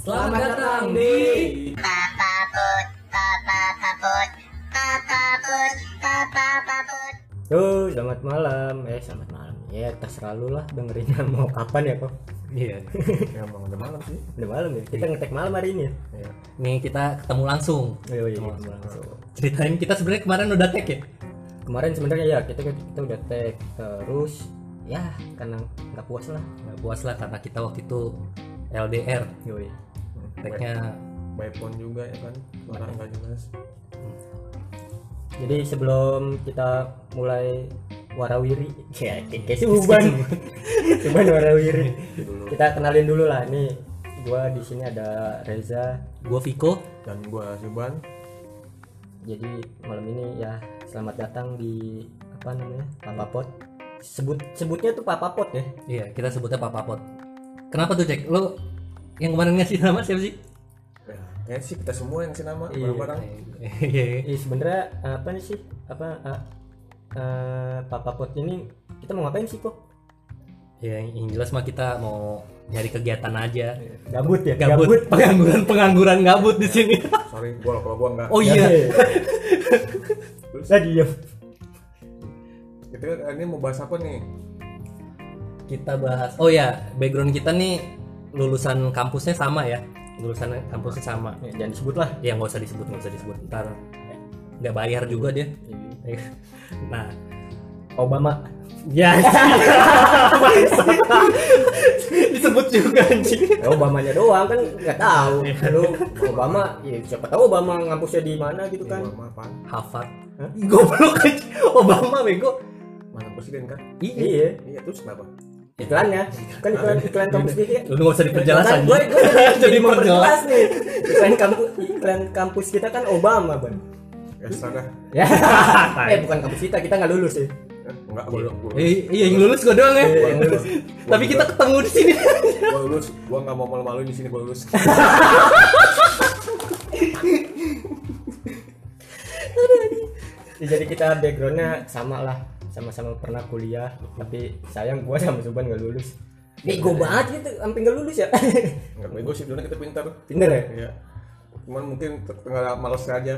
Selamat datang di Selamat malam. Selamat malam. Ya terserah lu lah dengerinnya mau kapan ya kok. Iya. Ya emang udah malam sih. Udah malam ya. Kita ngetek malam hari ini ya. Iya. Nih kita ketemu langsung. Iya, Ketemu ketemu langsung. Ceritain kita sebenarnya kemarin udah tag ya. Kemarin sebenarnya ya kita udah tag terus ya karena nggak puas lah. Nggak puas lah karena kita waktu itu LDR. Yoi. Tagnya By phone juga ya kan. Suara nggak jelas. Jadi sebelum kita mulai warawiri, ya kayak Suban, Suban warawiri. Kita kenalin dulu lah. Nih, gua di sini ada Reza. gua Viko. Dan gua Suban. Jadi malam ini ya selamat datang di apa namanya Papapot. Sebutnya tuh Papapot ya. Iya, kita sebutnya Papa Pot. Kenapa tuh, Cek? Lo yang kemarin ngasih nama siapa sih? Ya, kayaknya sih kita semua yang kasih nama Iya. bareng-bareng. Iya. Sebenarnya apa nih sih? Papapot ini kita mau ngapain sih kok? Ya, yang jelas mah kita mau nyari kegiatan aja. Gabut ya? Gabut. Pengangguran gabut di sini. Sorry, kalau gua enggak. Oh iya. Saya diem. Kita ini mau bahas apa nih? Kita bahas. Oh ya, background kita nih lulusan kampusnya sama ya. Lulusan kampusnya sama. Ya, jangan disebut lah. Ya nggak usah disebut. Ntar nggak bayar juga dia. Nah, Obama. ya disebut juga anjing. Ya, Obamanya doang kan nggak tahu. Lu Obama, ya siapa tahu Obama ngampusnya di mana gitu kan? Obama apaan? Harvard. Goblok aja. Obama bego. Mana presiden kan? Iya. Iya, terus kenapa? Iklannya kan iklan kampus gitu ya. Lu nggak usah diperjelas Kan aja. gue Jadi memperjelas. nih. Iklan kampus kita kan Obama, Bang. Ya sudah. Ya. Bukan kampus kita nggak lulus ya. Enggak, gua Iya yang lulus gua doang ya. Yang lulus. Tapi kita ketemu di sini. gua lulus. Gua enggak mau malu-maluin di sini gua lulus. Ya, jadi kita backgroundnya sama lah, sama-sama pernah kuliah, tapi sayang gua sama Suban nggak lulus. Bego banget gitu, sampai nggak lulus ya. Enggak bego sih, sebenarnya kita pintar. Pinter ya? Iya. Cuman mungkin tengah males aja.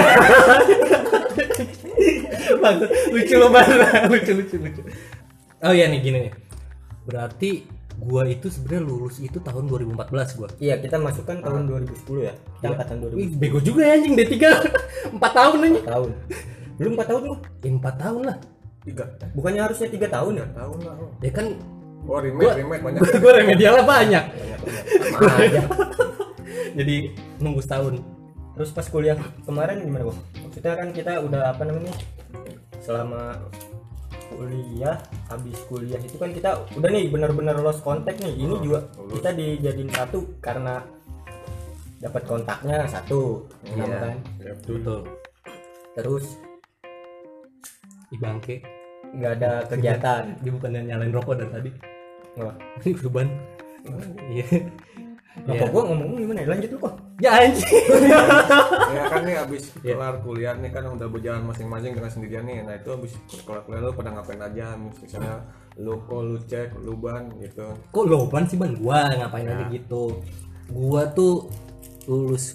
lucu lo banget. Lucu. Oh iya nih gini nih. Berarti gua itu sebenarnya lulus itu tahun 2014 gua. Iya, kita masukkan tahun 2010 ya. Kita angkatan 2010. Wih, bego juga ya anjing D3. 4 tahun anjing. 4 tahun. Belum 4 tahun lu? Ya, 4 tahun lah. 3 Bukannya harusnya 3 tahun ya? tahun lah. Ya kan Oh, remake banyak. gua remedialnya banyak. Sama aja. Jadi nunggu setahun. Terus pas kuliah kemarin gimana, Bang? Maksudnya kan kita udah apa namanya? Selama kuliah, habis kuliah itu kan kita udah nih benar-benar lost contact nih. Ini juga kita dijadiin satu karena dapat kontaknya satu, Iya. sama kan? Ya, Betul. Terus Bangke. nggak ada kegiatan. Dia bukannya nyalain rokok dari tadi. Wah, Ini Suban. Iya. apa gua ngomong gimana? Lanjut lu kok. Ya anjing. Ya kan nih abis Iya. kelar kuliah nih kan udah berjalan masing-masing dengan sendirian nih. Nah itu abis kelar kuliah lu pada ngapain aja? Misalnya lu cek, lu ban gitu. Kok loban sih Ban? Gua ngapain aja gitu. Gua tuh lulus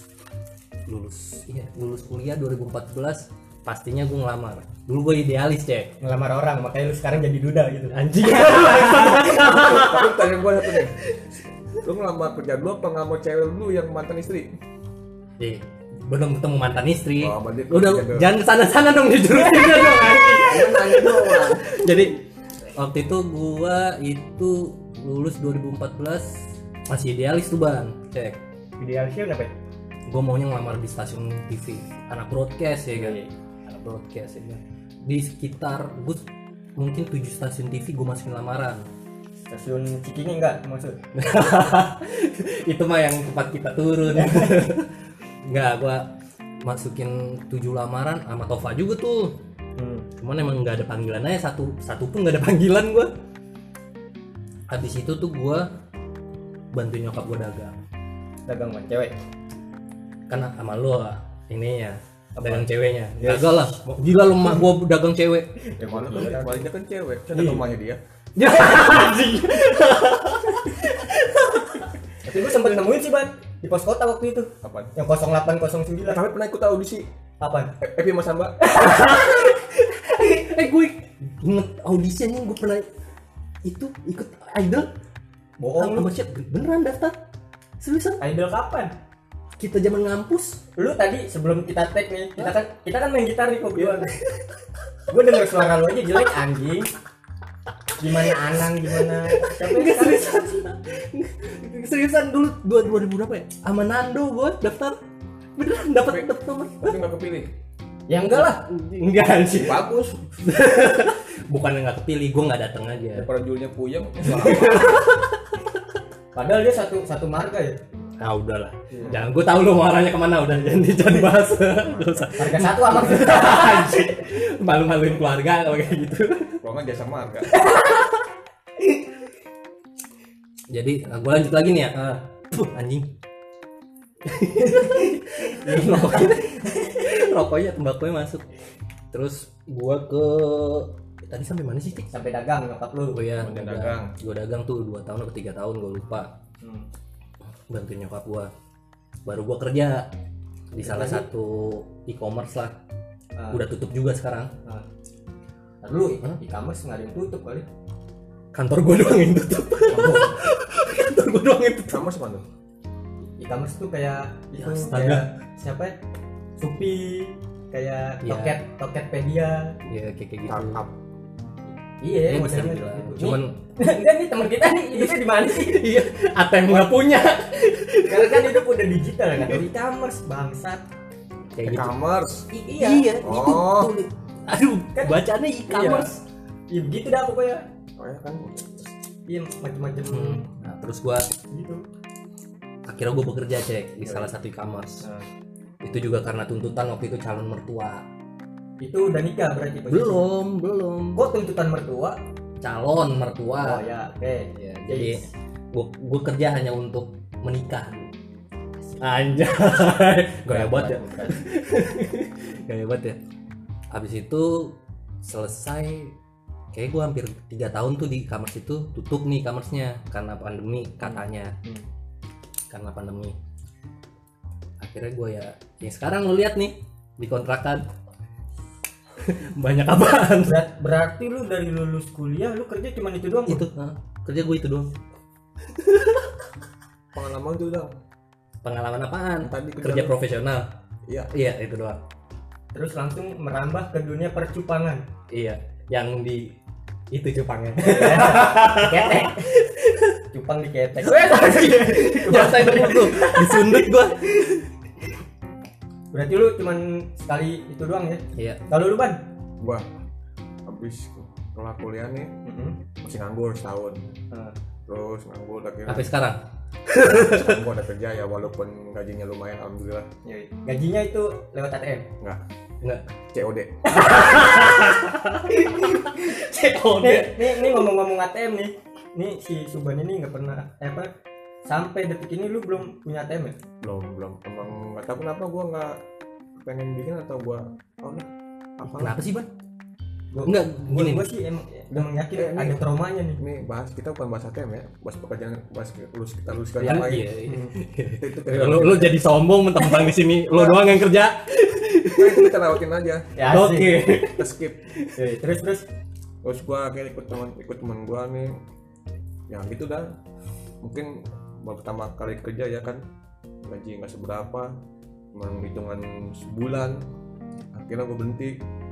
kuliah 2014. Pastinya gua ngelamar. Dulu gua idealis, Cek. Ngelamar orang, makanya lu sekarang jadi duda gitu. Anjing. Tapi tanya gua satu nih. Lu ngelamar kerja dulu apa ngelamar cewek dulu yang mantan istri? Belum ketemu mantan istri. Oh, berarti Udah kerja dulu. jangan sana-sana dong dijurusinnya dong anjing. Nanya doang. Jadi waktu itu gua itu lulus 2014 masih idealis tuh Bang. Cek. Idealisnya kenapa? Gua maunya ngelamar di stasiun TV, anak broadcast ya kan. Anak broadcast ya kan. Di sekitar gua mungkin 7 stasiun TV gua masukin lamaran. Stasiun Cikini enggak maksud? Itu mah yang tempat kita turun. Enggak, gua masukin 7 lamaran sama Tova juga tuh. Cuman emang nggak ada panggilan aja, satu pun nggak ada panggilan gua. Habis itu tuh gua bantuin nyokap gua Dagang sama cewek. kan sama lu ini ya dagang ceweknya. Gagal lah, gila lu mak gua dagang cewek. Ya mana kan palingnya kan cewek, kan ada rumahnya dia. Ya anjing. Tapi gue sempet nemuin sih Ban, di pos kota waktu itu. Apa? Yang 0809. Tapi pernah ikut audisi Apaan? Epi Mas Hamba. Gue inget audisinya gue pernah itu ikut idol. Bohong lu. Sama siapa? Beneran daftar? Seriusan? Idol kapan? Kita zaman ngampus. Lu tadi sebelum kita tag nih, kita kan main gitar nih kok berdua. Gue denger suara lu aja jelek anjing. Gimana Anang, gimana? Siapa yang Seriusan. Seriusan dulu 2000 berapa ya? Sama Nando gue daftar. Beneran dapat nomor. Tapi nggak kepilih. Ya enggak lah. Enggak sih. Bagus. Bukan nggak kepilih, gue nggak datang aja. Daripada judulnya puyeng. Padahal dia satu marga ya. Ah udahlah. Jangan, gue tahu lo mau arahnya kemana, udah jangan bahas. Gak usah. Harga satu apa? Anjing. Malu-maluin keluarga kalau kayak gitu. Kalau nggak jasa marga. Jadi gue lanjut lagi nih ya. Anjing. Rokoknya, tembakunya masuk. Terus gue ke tadi sampai mana sih, Tik? Sampai dagang nyokap lu. Oh iya, dagang. Gue dagang tuh 2 tahun atau 3 tahun gue lupa. Bantuin nyokap gue. Baru gue kerja di salah satu e-commerce lah. Udah tutup juga sekarang. Dulu e-commerce nggak ada yang tutup kali. Kantor gue doang yang tutup. Kantor gue doang yang tutup. Sama siapa tuh? E-commerce tuh kayak Ya, itu astaga. kayak siapa ya? Shopee, kayak Ya. Tokopedia. Ya kayak gitu. Startup. Iya, Ya, bisa modelnya dibilang. gitu. Cuman enggak nih teman kita nih hidupnya di mana sih? iya, ATM nggak punya. Karena kan hidup udah digital kan, e-commerce bangsat. Kayak gitu. E-commerce. Iya. Oh. Itu tuh. Aduh, Kan- bacaannya e-commerce. Iya begitu dah pokoknya. Oh ya kan. Iya macam-macam Nah, terus gua gitu. akhirnya gue bekerja di salah satu e-commerce. Nah, Itu juga karena tuntutan waktu itu calon mertua. itu udah nikah berarti posisi? Belum. Kok tuntutan mertua? Calon mertua. Oh ya, oke. Ya, jadi gue kerja hanya untuk menikah. Anjay. Gak hebat ya. Gak hebat ya. Habis itu selesai, kayak gue hampir 3 tahun tuh di e-commerce itu tutup nih e-commerce-nya karena pandemi katanya. Karena pandemi. Akhirnya gue ya sekarang lu lihat nih di kontrakan. Banyak apaan? Berarti lu dari lulus kuliah lu kerja cuma itu doang? Itu kerja gue itu doang. Pengalaman tuh dong. Pengalaman apaan? Tadi Kerja profesional. Iya. Iya itu doang. Terus langsung merambah ke dunia percupangan. Iya, yang di itu cupangnya. Ketek. Cupang di ketek. Nyatain dulu tuh, disundut gua. Berarti lu cuman sekali itu doang ya? Iya. Kalau lu Ban? Gua habis kelar kuliah nih masih nganggur setahun. Terus nganggur akhirnya. Sampai sekarang. Sekarang gua ada kerja ya walaupun gajinya lumayan alhamdulillah. Gajinya itu lewat ATM? Enggak. Enggak. COD. COD. Nih ngomong-ngomong ATM nih. Nih si Suban ini nggak pernah sampai detik ini lu belum punya ATM ya? Belum emang nggak tahu kenapa gua nggak pengen bikin atau gua Kenapa sih, Ban? Enggak, gini. Gua sih emang yakin ada traumanya nih. Ini bahas kita bukan bahas ATM ya, bahas pekerjaan, bahas kita lulus Ya, ngapain. iya. Itu Lu jadi sombong mentang-mentang di sini lu doang yang kerja. itu kita lewatin aja. Ya, Oke. Kita skip. Terus Gua akhirnya ikut teman gua nih. Ya gitu dah. Mungkin baru pertama kali kerja ya kan, gaji nggak seberapa, cuma hitungan sebulan. Akhirnya gua berhenti.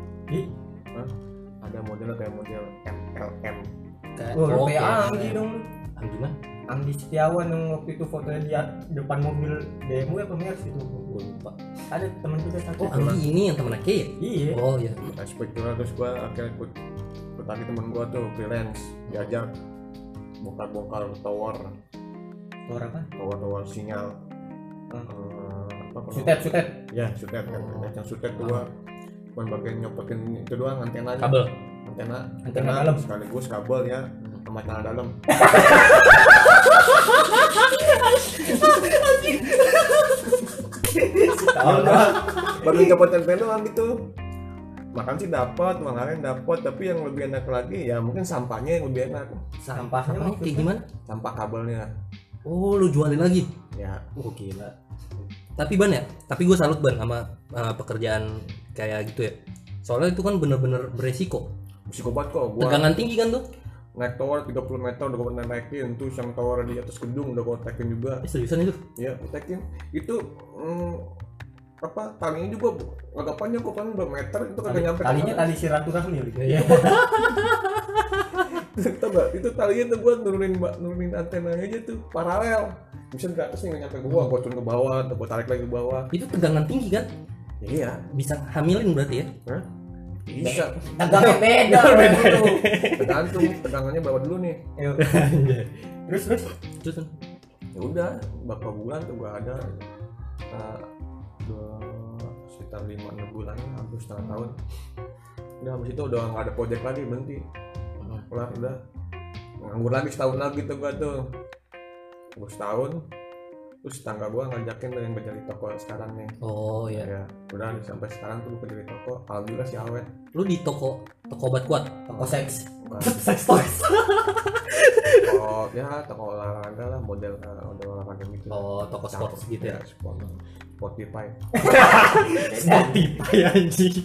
Ada modelnya kayak model MLM. lu kayak Anggi dong. Anggi mah? Anggi Setiawan yang waktu itu fotonya di depan mobil BMW apa Mercy itu? Gua lupa. Ada teman kita satu. Oh, Anggi ini yang temen Ake ya? Iya. Oh iya. Nah, spektural terus gua akhirnya ikut lagi teman gua tuh freelance, diajak bongkar tower Orang apa? tower sinyal. Sutet. Ya, sutet kan. Yang sutet tuh gua cuma bagian nyopotin itu doang antenanya. Kabel. Antena dalam. Sekaligus kabel ya sama celana dalam. Baru nyopotin antena doang gitu. Makan sih dapat, makanan dapat, tapi yang lebih enak lagi ya mungkin sampahnya yang lebih enak. Sampahnya Kayak gimana? Sampah kabelnya. Oh, lu jualin lagi? Ya, Oh gila. Tapi Ban ya, tapi gue salut Ban sama pekerjaan kayak gitu ya. Soalnya itu kan bener-bener beresiko. psikopat kok. Gua Tegangan tinggi kan tuh? naik tower 30 meter udah gue pernah naikin, terus yang tower di atas gedung udah gue naikin juga. Seriusan itu? Ya, gue naikin. Itu apa talinya juga agak panjang kok, kan udah meter itu kagak nyampe. Talinya tali silaturahmi. Iya. Tau gak? Itu talinya tuh gue nurunin antenanya aja tuh paralel. Bisa ke atas nih nggak nyampe ke bawah, gue turun ke bawah, terus gue tarik lagi ke bawah. Itu tegangan tinggi kan? Iya, Bisa hamilin berarti ya? Hah? Bisa. Tegangnya beda. Tergantung tegangannya berapa dulu nih. Terus Terus kan? Ya udah, beberapa bulan tuh gue ada sekitar 5-6 bulan, hampir setengah tahun. Udah habis itu udah nggak ada project lagi, berhenti. Kelar udah. Nganggur lagi setahun lagi tuh gue tuh. Gue setahun. Terus tetangga gue ngajakin tuh yang kerja di toko sekarang nih. Oh iya. Ya, udah sampai sekarang tuh gue kerja di toko. Alhamdulillah sih awet. Lu di toko obat kuat? toko seks. Bukan. Sex toys. Oh ya, toko olahraga lah, model olahraga gitu. Oh, toko sports gitu ya. Sport. Spotify. Spotify anjing.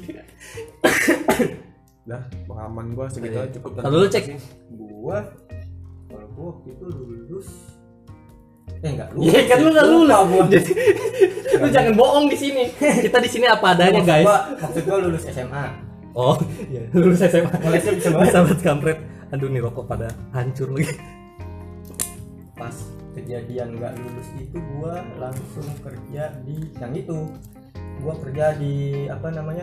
Dah, pengalaman gua segitu aja cukup. Kalau lu cek Gua kalau gua waktu itu lulus enggak lulus. Iya kan lu nggak lulus. Gua. Jadi lu jangan bohong di sini. Kita di sini apa adanya guys. Maksud gua lulus SMA. Oh, iya. Lulus SMA. Ngelesnya bisa banget. Sahabat kampret. Aduh nih rokok pada hancur lagi. Pas kejadian nggak lulus itu gua langsung kerja di yang itu. Gua kerja di apa namanya?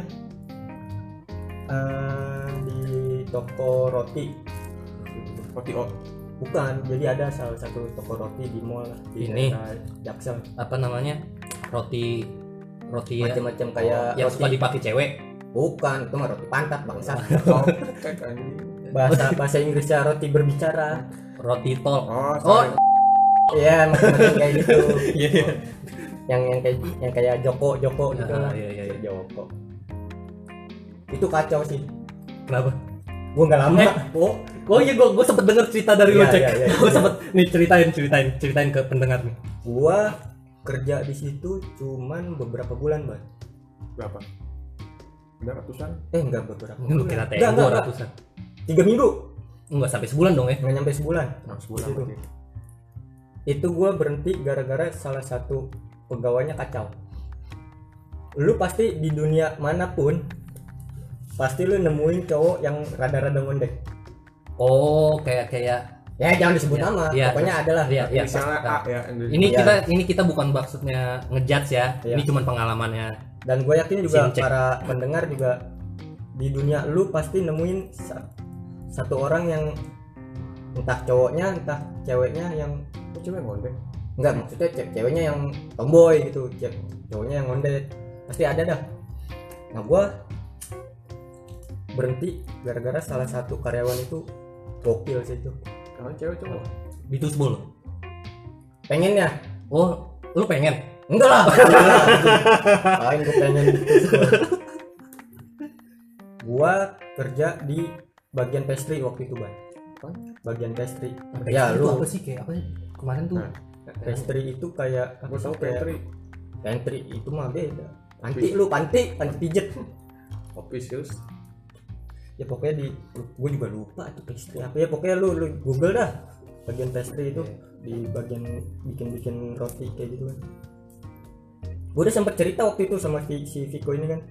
Di toko roti. Roti O. Bukan, jadi ada salah satu toko roti di mall di Ini. daerah Jaksel. Apa namanya? Roti Macam-macam kayak yang roti. suka dipakai cewek. Bukan, itu mah roti pantat bangsa. Oh, kayak anjing. Bahasa Inggrisnya roti berbicara. Roti tol. Oh, Oh, Iya, macam kayak gitu. iya. yang kayak Joko gitu lah. Iya. Joko. Itu kacau sih. Kenapa? Gua nggak lama. Oh iya, gue sempet denger cerita dari lu Iya, cek. iya. Gue sempet nih ceritain ke pendengar nih. Gua kerja di situ cuman beberapa bulan, Bang. berapa? Udah ratusan? Enggak beberapa. Lu kira teh Enggak, gue enggak. ratusan? 3 minggu. Enggak sampai sebulan dong ya? Nggak nyampe sebulan. Sebulan Di situ. berarti. Itu gua berhenti gara-gara salah satu pegawainya kacau. Lu pasti di dunia manapun pasti lu nemuin cowok yang rada-rada ngondek. Oh, kayak Ya jangan disebut Iya, nama, iya, pokoknya terus- adalah. iya, iya. Misalnya A ya. Ini Iya. ini kita bukan maksudnya ngejudge ya. Iya. Ini cuma pengalamannya. Dan gue yakin juga Sincek. para pendengar juga di dunia lu pasti nemuin satu orang yang entah cowoknya entah ceweknya yang Kok cewek ngondek? enggak, maksudnya ceweknya yang tomboy gitu, cowoknya yang ngondek, pasti ada dah. Nah gue berhenti gara-gara salah satu karyawan itu gokil sih itu, Kalau cewek cowok. Ditusbol. pengen ya. Oh, lu pengen? Enggak lah. Lain gue pengen gitu. Gua kerja di bagian pastry waktu itu, Bang. Bagian pastry. Ya itu lu apa sih kayak apa sih? Kemarin tuh Nah, pastry itu kayak apa Gue sih, tau kayak pantry. pantry itu mah beda. Panti pijet. Officials. Ya pokoknya gue juga lupa tuh pastry apa ya, pokoknya lu Google dah bagian pastry itu, di bagian bikin roti kayak gitu kan. Gue udah sempat cerita waktu itu sama si Viko ini kan,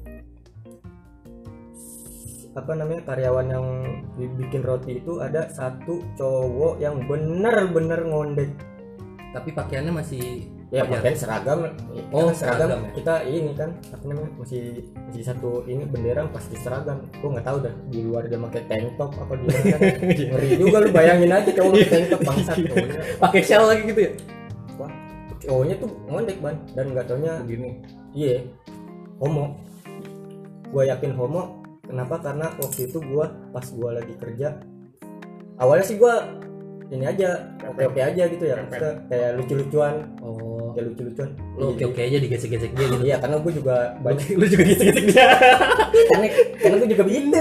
apa namanya, karyawan yang bikin roti itu ada satu cowok yang bener-bener ngondek. Tapi pakaiannya masih Ya wajar. pakaian seragam. Oh, Kan seragam seragam ya? kita ini kan apa namanya, masih satu ini bendera pasti seragam. Gue nggak tahu dah di luar dia pakai tank top apa gimana kan. Ngeri juga lu, bayangin aja cowok pakai tank top bangsat cowoknya. pakai shell lagi gitu ya? Wah, cowoknya tuh ngondek ban, dan nggak taunya Begini. iya homo. Gue yakin homo. Kenapa? Karena waktu itu gue pas gue lagi kerja, awalnya sih gue ini aja oke aja gitu ya, maksudnya kayak lucu-lucuan, Oh, kayak lucu-lucuan. lu oke aja digesek-gesek dia gitu. Iya, karena gue juga banyak Lu juga gesek-gesek dia. karena gue juga begitu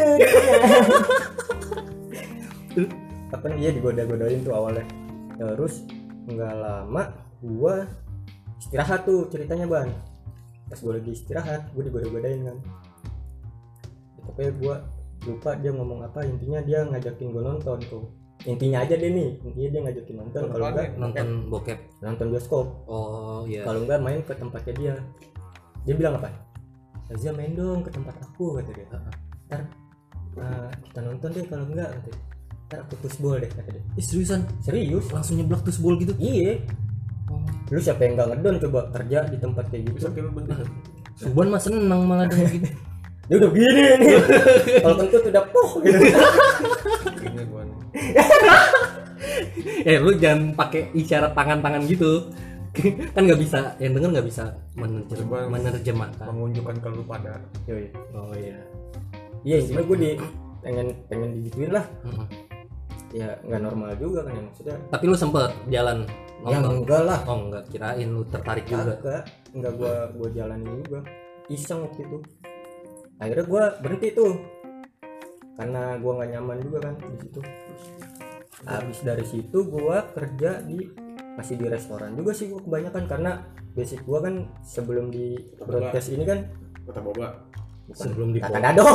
apa nih, iya digoda-godain tuh awalnya. Terus nggak lama gua istirahat tuh ceritanya Ban. Pas gua lagi istirahat gua digoda-godain kan, pokoknya gua lupa dia ngomong apa, intinya dia ngajakin gua nonton tuh, intinya aja deh nih, intinya dia ngajakin nonton, kalau enggak Nonton bokep. nonton bioskop, Oh iya. kalau enggak main ke tempatnya dia bilang apa, Azia main dong ke tempat aku kata dia, ntar kita nonton deh, kalau enggak kata dia, ntar aku pushball deh kata dia. Seriusan? Serius Langsung nyeblak tuh ball gitu? iya. Lu siapa yang nggak ngedon coba kerja di tempat kayak gitu? Bisa kira bentuk. Suban mah seneng malah dengan gitu. Dia udah gini nih. Kalau kentut udah gitu. Ini gua nih. Lu jangan pakai isyarat tangan-tangan gitu. Kan nggak bisa, yang denger nggak bisa menerjemahkan. Mengunjukkan ke lu pada. Yoi. Oh iya. Iya intinya gue pengen digituin lah. Mm-mm. Ya nggak normal juga kan ya maksudnya. Tapi lu sempet jalan Ya nonton? enggak lah. Oh enggak, kirain lu tertarik juga. Enggak gua jalanin juga. Iseng waktu itu. Akhirnya gua berhenti tuh. Karena gua nggak nyaman juga kan di situ. Habis dari situ gua kerja masih di restoran juga sih gua kebanyakan, karena basic gua kan sebelum di broadcast ini kan Kota Boba. Sebelum di Kata Dado.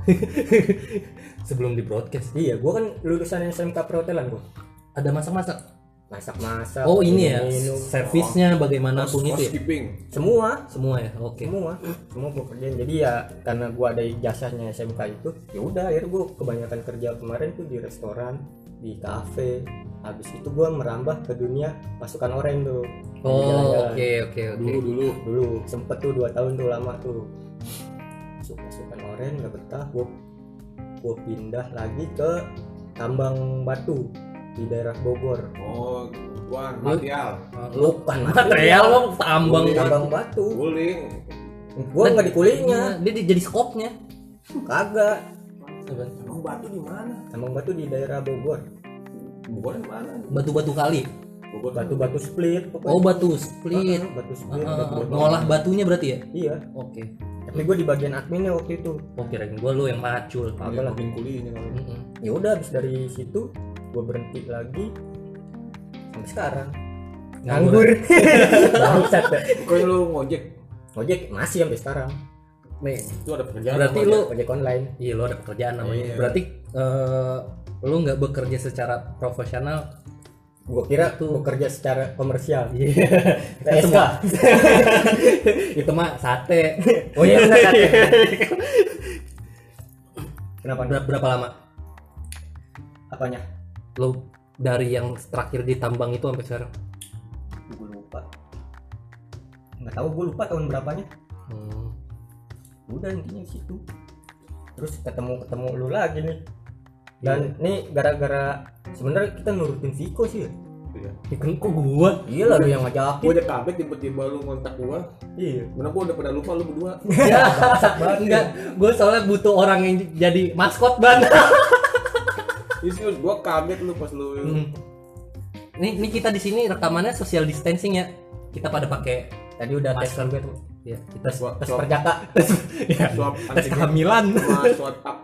sebelum di broadcast Iya, gua kan lulusan SMK perhotelan gua. ada masak-masak. Masak-masak. Oh ini ya, minum, servisnya bagaimanapun itu ya. Housekeeping. semua Semua ya, oke. semua gua kerjain. Jadi ya karena gua ada ijazahnya SMK itu, ya udah akhirnya gua kebanyakan kerja kemarin tuh di restoran, di kafe. Habis itu gua merambah ke dunia pasukan oranye tuh. Oh Jalan-jalan. oke. Dulu sempet tuh 2 tahun tuh, lama tuh masuk pasukan oranye, nggak betah. Gua pindah lagi ke tambang batu di daerah Bogor. Oh, gua material. Bukan Material lo tambang. tambang batu. Guling. Gua nggak dikulingnya, Dia jadi skopnya. kagak. Emang batu di mana? Tambang batu di daerah Bogor. Bogor di mana? Batu-batu kali. Bogor Batu-batu split pokoknya. Oh batu split. Batu split. Ngolah batunya berarti ya? Iya, Oke. tapi gue di bagian adminnya waktu itu. Oh kirain gua lu yang macul. Kagak lah. Bikin kuliahnya kalau. Mm-mm. Ya udah habis dari situ gue berhenti lagi sampai sekarang. Nganggur. Bangsat dah. Kok lu ngojek? Ojek masih sampai sekarang. Nih, Itu ada pekerjaan. berarti apa lu Ojek online. iya lo ada pekerjaan namanya. Iya. Berarti lu nggak bekerja secara profesional. Gue kira tuh bekerja secara komersial. Iya. PSK. Itu mah sate. Oh iya benar kan. Kenapa? Berapa lama Apanya? lu dari yang terakhir di tambang itu sampai sekarang? Gue lupa. Nggak tahu, gue lupa tahun berapanya. Udah intinya di situ. Terus ketemu lu lagi nih. Dan nih gara-gara sebenarnya kita nurutin Viko sih ya. Iya. Ikan kok gua? Iya lah lu yang ngajakin. Gua udah kaget tiba-tiba lu ngontak gua. Iya. Mana gua udah pada lupa lu berdua. Ya, enggak. Gua soalnya butuh orang yang jadi maskot ban. Ini serius gua kaget lu pas lu. Nih kita di sini rekamannya social distancing ya. Kita pada pakai Tadi udah tes masker. juga tuh. Ya, kita Tes perjaka. ya, Swab tes antigen kehamilan. sama swab up.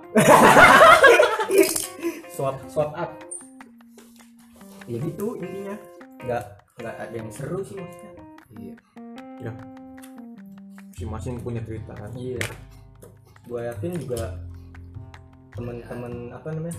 Swap up. Ya gitu intinya. Nggak ada yang seru sih maksudnya. Iya. Ya. Masing-masing punya cerita kan. Iya. Gua yakin juga teman-teman apa namanya?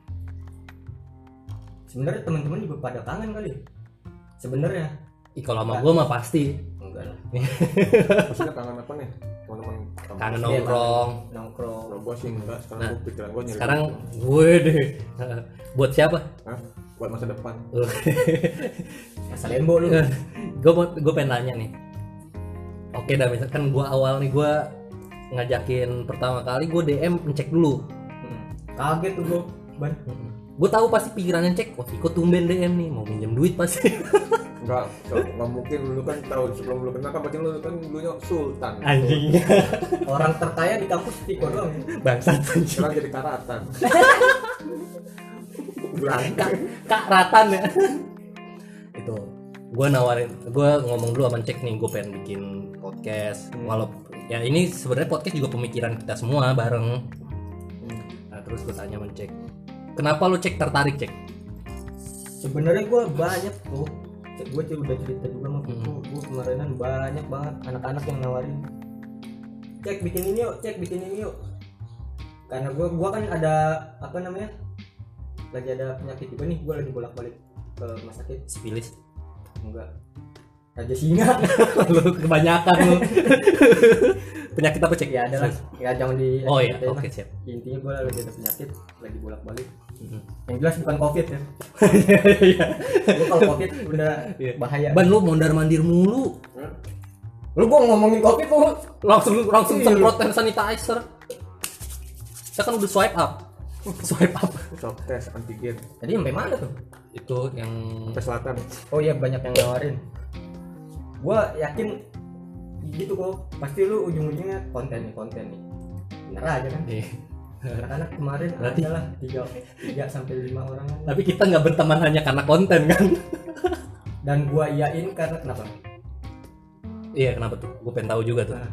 Sebenarnya teman-teman juga pada kangen kali. Sebenarnya. Kalau sama gua mah pasti Enggak lah. Maksudnya kangen apa nih? Teman-teman kangen Iya, nongkrong. Nongkrong. Kalau gua sih enggak, sekarang Nah, gua pikiran gua nyari. Sekarang gue deh. Buat siapa? Hah? Buat masa depan. Asal lembo lu. Gue pengen nanya nih. Oke dah, misalkan gue awal nih gue ngajakin pertama kali gue DM ngecek dulu. Kaget tuh gua. Ban. Gue tahu pasti pikirannya cek, wah Viko tumben DM nih mau minjem duit pasti. Enggak mungkin lu kan tahu sebelum lu kenal kan berarti lu kan dulunya sultan. Anjing. Orang terkaya di kampus Viko doang. Bangsat anjing. Sekarang jadi karatan. Kak Ratan ya. Itu gue nawarin, gue ngomong dulu sama cek nih, gue pengen bikin podcast. Walaupun ya ini sebenarnya podcast juga pemikiran kita semua bareng. Nah terus gue tanya sama cek, kenapa lu cek tertarik cek? Sebenarnya gua banyak tuh gue udah cerita juga sama Piku, gue kemarinan banyak banget anak-anak yang nawarin cek bikin ini yuk, karena gue kan ada apa namanya, lagi ada penyakit juga nih, gue lagi bolak-balik ke rumah sakit. Sipilis. Enggak, raja singa. Lu kebanyakan lu. Penyakit apa cek? Ya adalah, ya jangan di. Oh iya, oke siap. Intinya gue lagi ada penyakit, lagi bolak-balik. Yang jelas bukan covid ya. Iya. Lu kalau covid udah bahaya. Ban lu mondar-mandir mulu. Lu gua ngomongin covid lu Langsung semprot hand sanitizer. Saya kan udah swipe up. Swab tes antigen tadi sampai mana tuh? Itu yang sampai selatan. Oh iya, banyak yang nawarin. Gua yakin gitu kok, pasti lu ujung-ujungnya konten nih. Bener aja kan? Iya. Anak-anak kemarin Berarti- adalah 3 sampai 5 orang. Tapi kita nggak berteman hanya karena konten kan? Dan gua iyain karena kenapa? Iya, kenapa tuh? Gue pengen tahu juga tuh. Nah,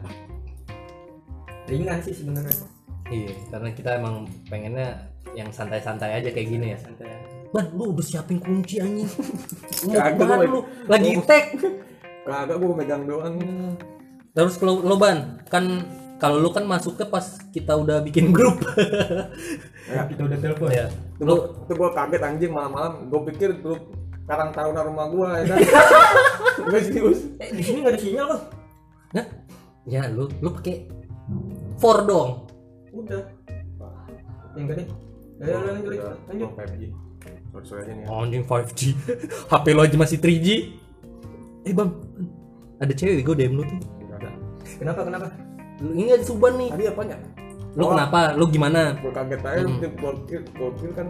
ringan sih sebenarnya. Iya, karena kita emang pengennya yang santai-santai aja kayak gini ya. Santai. Ban, lu udah siapin kunci anjing. Kagak, Ban, lu lagi tag. Kagak, gua megang doang. Terus kalau lo Ban, kan kalau lu kan masuknya pas kita udah bikin grup. Ya, Kita udah telepon. Ya. Tuh gua kaget anjing malam-malam. Gua pikir grup Karang Taruna rumah gua ya kan. Gua serius. Di sini nggak ada sinyal loh. Nah, ya lu pakai 4 dong. Udah. Yang gede. Ayo lanjut. Gua 5G. Sorry aja nih ya. Anjing 5G. HP lo aja masih 3G. Bang, ada cewek gue DM lu tuh. Enggak ada. Kenapa? Lu ini ada Suban nih. Tadi apanya? Lu kenapa? Lu gimana? Gua kaget aja. Gua pikir kan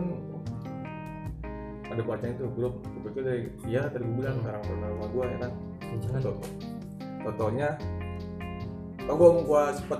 ada bacanya itu grup. Gua pikir dari iya tadi gua bilang Karang Taruna rumah gua ya kan. Jangan. Fotonya gua sempet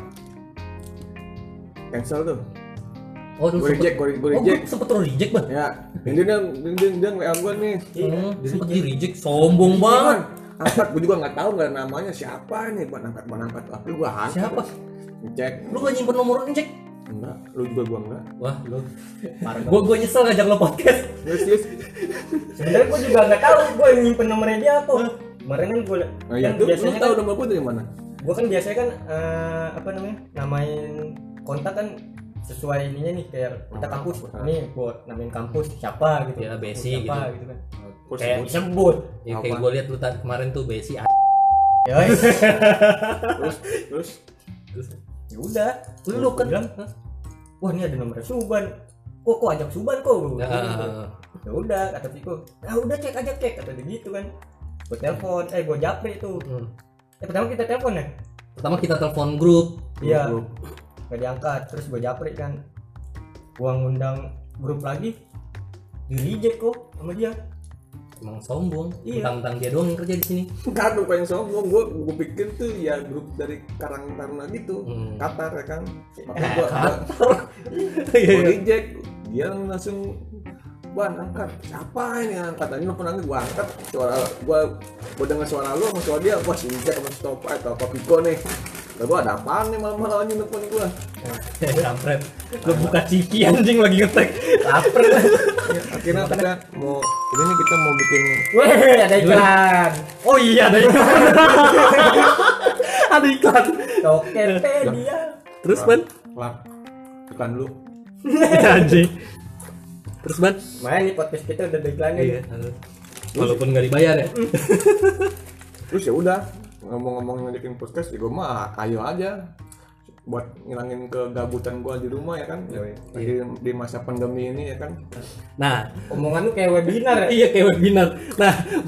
cancel tuh. Oh, lu Gua reject. sempet lu reject, Bang. Ya, dia WA gua nih. Sempet di reject, sombong banget. Angkat, gua juga nggak tahu nggak namanya siapa nih, buat angkat. Tapi gua angkat. Siapa? Cek. Lu gak nyimpen nomor ngecek? Enggak, lu juga gua enggak. Wah, lu. Gua nyesel ngajak lo podcast. Yes. Sebenarnya gua juga nggak tahu gua yang nyimpen nomornya dia apa. Kemarin kan gua Oh iya, kan lu biasanya tahu kan, nomor gua dari mana? gua kan biasanya kan apa namanya? Namain kontak kan sesuai ininya nih, kayak kita kampus. Nih gua namain kampus siapa gitu. Ya, Besi siapa gitu. kan. Gua Kayak sebut. Sebut. Ya, kayak gue lihat lu kemarin tuh Besi. Ya, Terus ya udah. Lu kan bilang, wah ini ada nomor Suban. Kok ajak Suban kok? Ya udah, kata Piko. Ah udah cek kata dia gitu kan. Gue telepon, gue japri tuh. Pertama kita telepon ya. Pertama kita telepon grup. Iya. Gak diangkat, terus gue japri kan. Gua ngundang grup lagi. Di reject kok sama dia. Emang sombong. Iya. Tentang dia doang yang kerja di sini. kan bukan yang sombong, gua pikir tuh ya grup dari Karang Taruna gitu. Qatar ya kan. Makanya gua reject. Dia langsung angkat. Siapa ini yang angkat? Tadi nelfon lagi gua angkat. Gua dengar suara lu sama suara dia. Wah, si Jack sama Stop atau apa Piko nih. Lah gua ada apaan nih malam-malam anjing nelfon gua. Kampret. Lu buka ciki anjing lagi ngetek. Laper lah. Akhirnya kita mau bikin Weh, ada iklan. Oh iya ada iklan. Ada iklan. Tokopedia. Terus Ban? klub iklan dulu. Anjing. Terus Ban? Main nih podcast kita udah ada iklannya. Iya. Walaupun nggak dibayar ya. Terus ya udah ngomong-ngomong ngajakin podcast ya gue mah ayo aja buat ngilangin kegabutan gue di rumah ya kan. Di masa pandemi ini ya kan. Nah, Omongan lu kayak webinar ya. iya kayak webinar. Nah,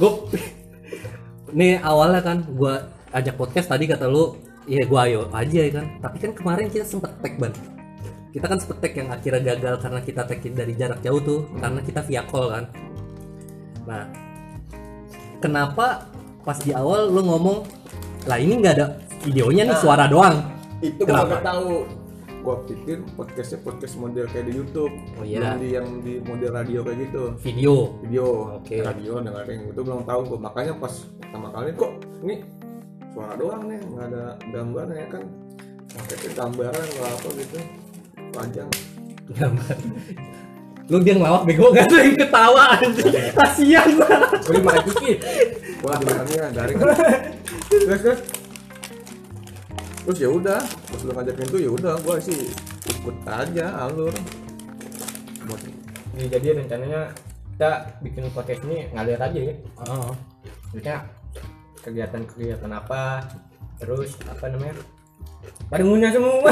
nih awalnya kan gue ajak podcast tadi kata lu, iya gue ayo aja ya kan. Tapi kan kemarin kita sempet tag Ban. Kita kan sempet tag yang akhirnya gagal karena kita tag dari jarak jauh tuh, karena kita via call kan. Nah, kenapa pas di awal lu ngomong lah ini nggak ada videonya nih, suara doang? Itu gue Kenapa? nggak tahu. Gue pikir podcastnya podcast model kayak di YouTube. Oh iya. Yang di model radio kayak gitu. Video. Oke. Radio dengerin itu belum tahu gue. Makanya pas pertama kali kok ini suara doang nih, nggak ada gambarnya ya kan. Pakai gambaran atau apa gitu panjang. Gambar. Lu dia ngelawak bego gak tuh yang ketawa anjing. Kasihan lah. Boleh makan dikit. Gua lagi makannya daring. Terus Terus ya udah, pas lu ngajakin tuh ya udah gua sih ikut aja alur. Buat nih, jadi rencananya kita bikin podcast ini ngalir aja ya. Oh. Maksudnya kegiatan apa, terus apa namanya, pada ngunyah semua.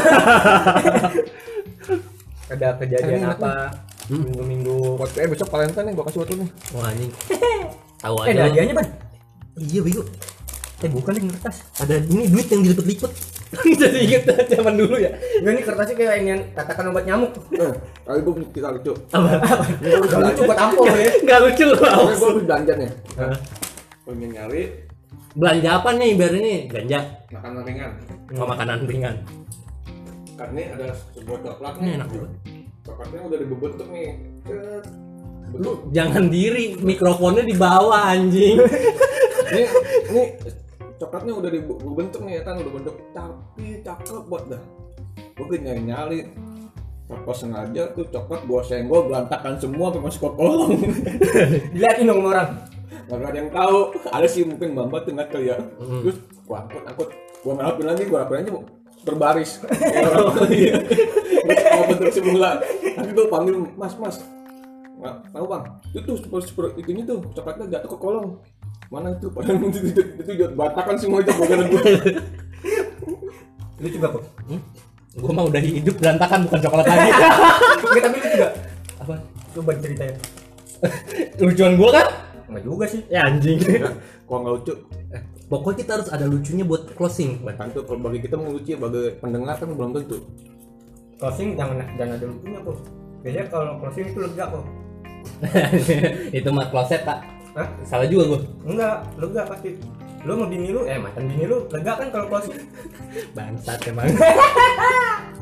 Ada kejadian Ini apa minggu-minggu. buat besok Valentine nih gua kasih waktu nih. Wah anjing. Tahu Ada aja. lu. hadiahnya Ban? Iya bego. Bukan nih kertas. Ada ini duit yang dilipet-lipet. Jadi inget zaman dulu ya. Enggak, nih kertasnya kayak ini katakan obat nyamuk. Kali gua kita lucu. Gak lucu buat ampol ya. Enggak lucu loh. Kali gua habis belanja nih. Pengen nyari Belanja apa nih biar ini? Belanja makanan ringan. makanan ringan. Karena ada sebuah coklat Ini nih. enak banget. Coklatnya udah dibentuk nih. Lu jangan diri, mikrofonnya di bawah anjing. Ini coklatnya udah dibentuk nih ya kan, udah bentuk tapi cakep buat dah. Gue nyari pas sengaja tuh coklat gua senggol berantakan semua sampai masuk ke kolong. Diliatin dong sama orang. Gak ada yang tahu. Ada sih mungkin Bamba tuh nggak kali ya. Terus gua angkut, gua rapin lagi aja berbaris. Kayak orang gitu. Mau bentuk semula. Tapi gua panggil mas. Nggak tahu bang. Itu itunya tuh coklatnya jatuh ke kolong. Mana itu? Padahal itu berantakan semua itu gara-gara gua. Lu juga kok. Gua mah udah hidup berantakan bukan coklat lagi. Enggak, tapi lu juga. Apa? Coba ceritain. Lucuan gua kan? Enggak juga sih. Ya anjing. Kok nggak lucu? Pokoknya kita harus ada lucunya buat closing. Tentu kalau bagi kita mau lucu ya, bagi pendengar kan belum tentu. Closing jangan ada lucunya kok. Biasanya kalau closing itu lega kok. Itu mah kloset tak. Hah? Salah juga gua. Enggak, lega pasti. Lu mau bini lu, mantan bini lu lega kan kalau closing. Bangsat emang.